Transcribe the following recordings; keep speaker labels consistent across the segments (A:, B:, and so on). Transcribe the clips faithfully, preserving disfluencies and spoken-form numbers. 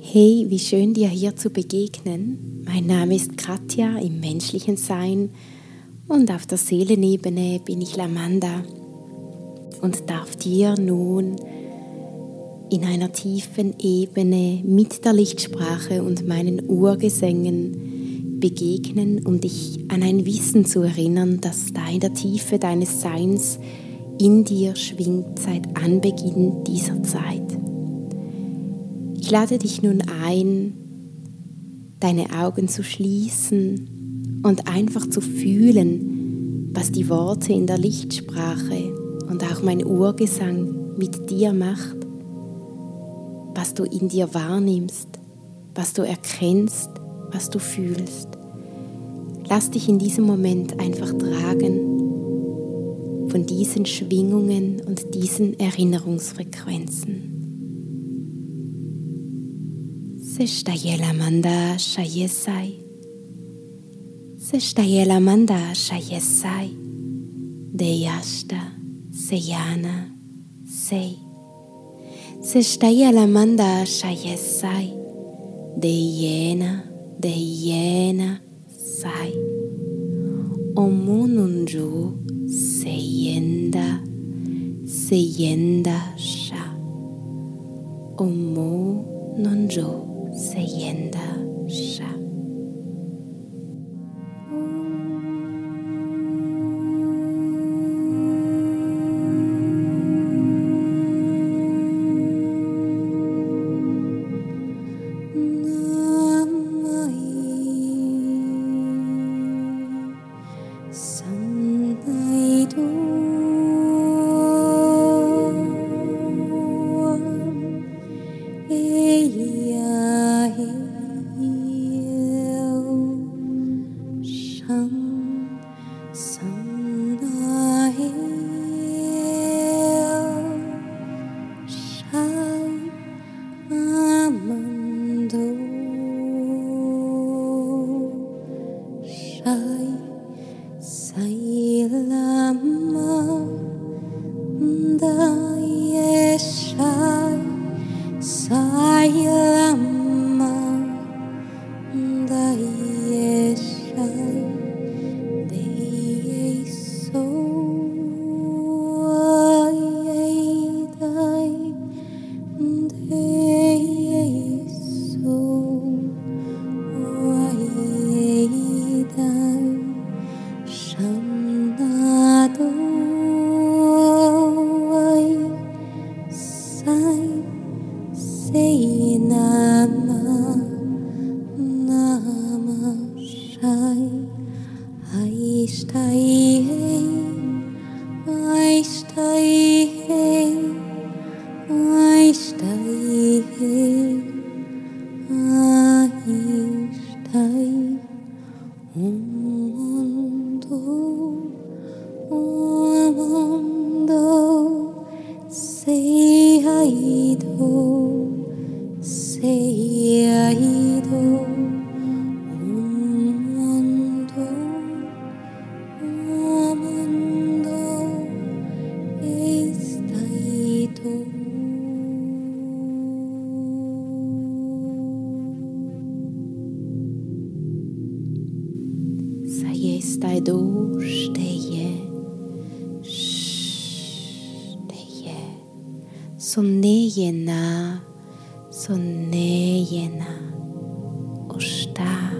A: Hey, wie schön dir hier zu begegnen. Mein Name ist Katja im menschlichen Sein und auf der Seelenebene bin ich Lamanda und darf dir nun in einer tiefen Ebene mit der Lichtsprache und meinen Urgesängen begegnen, um dich an ein Wissen zu erinnern, das da in der Tiefe deines Seins in dir schwingt seit Anbeginn dieser Zeit. Ich lade dich nun ein, deine Augen zu schließen und einfach zu fühlen, was die Worte in der Lichtsprache und auch mein Urgesang mit dir macht, was du in dir wahrnimmst, was du erkennst, was du fühlst. Lass dich in diesem Moment einfach tragen von diesen Schwingungen und diesen Erinnerungsfrequenzen. Seshtaye Lamanda Shayesai. Seshtaye Lamanda Shayesai. Deyashta Seyana Sei. Seshtaye Lamanda Shayesai. Deyena Deyena Sai. Omununju Seyenda Seyenda Sha. Omu Nunju Seyenda Sha. Sayestaido Steye Steye Sonneyena Sonneyena Osta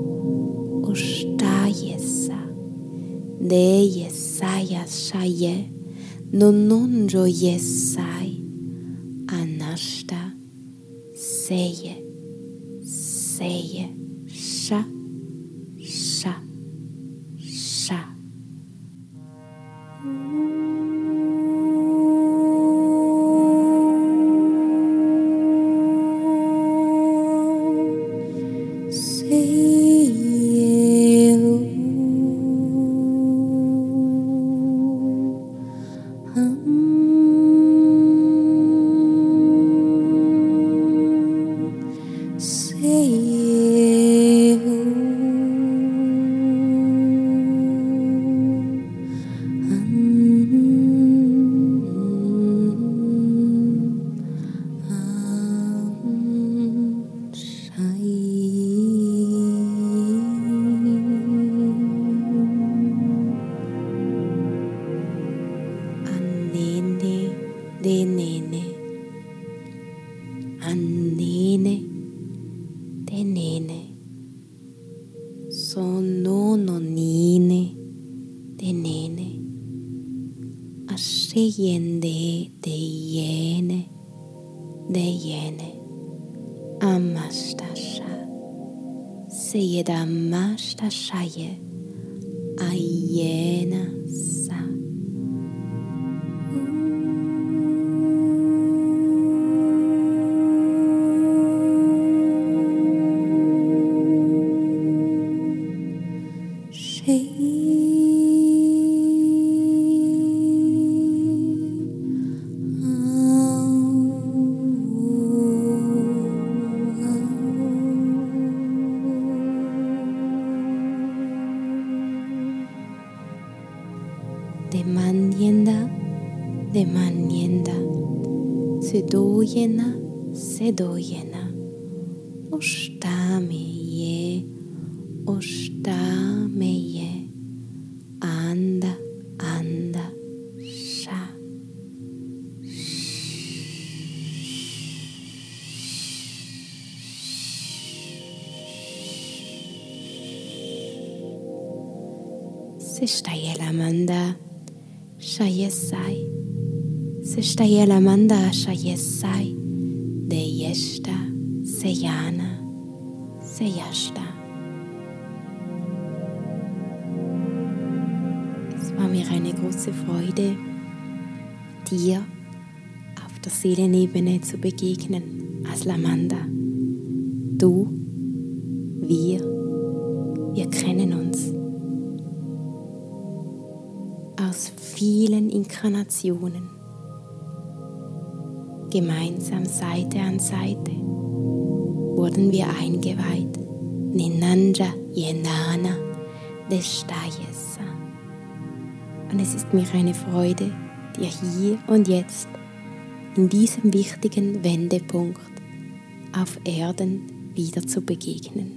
A: Osta Yesa De Yesaya Shaye Nononjo Yesai Anashta Seye Seye Sha Sha Sha. Say Anene, denene, sonononine, denene, asheyende, deyene, deyene, amastasha, seyedamashtashaye, ayena sa. Demanienda, demanienda, sedoyena, sedoyena, ostameye, ostameye, anda, anda, sha. Sestayela Shayesai, Sestayela Shayesai, Deyeshta, Seyana, Seyashta. Es war mir eine große Freude, dir auf der Seelenebene zu begegnen als Lamanda. Du, wir, wir kennen uns aus vielen Inkarnationen, gemeinsam Seite an Seite, wurden wir eingeweiht, Ninanja Yenana Deshtayesa. Und es ist mir eine Freude, dir hier und jetzt, in diesem wichtigen Wendepunkt auf Erden wieder zu begegnen.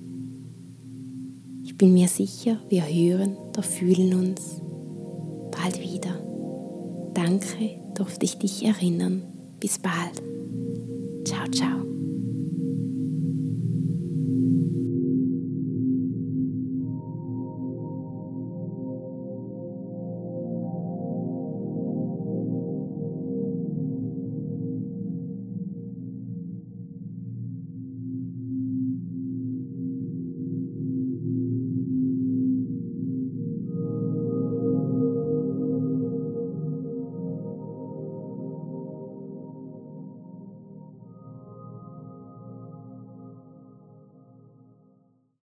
A: Ich bin mir sicher, wir hören oder fühlen uns bald wieder. Danke, durfte ich dich erinnern. Bis bald. Ciao, ciao.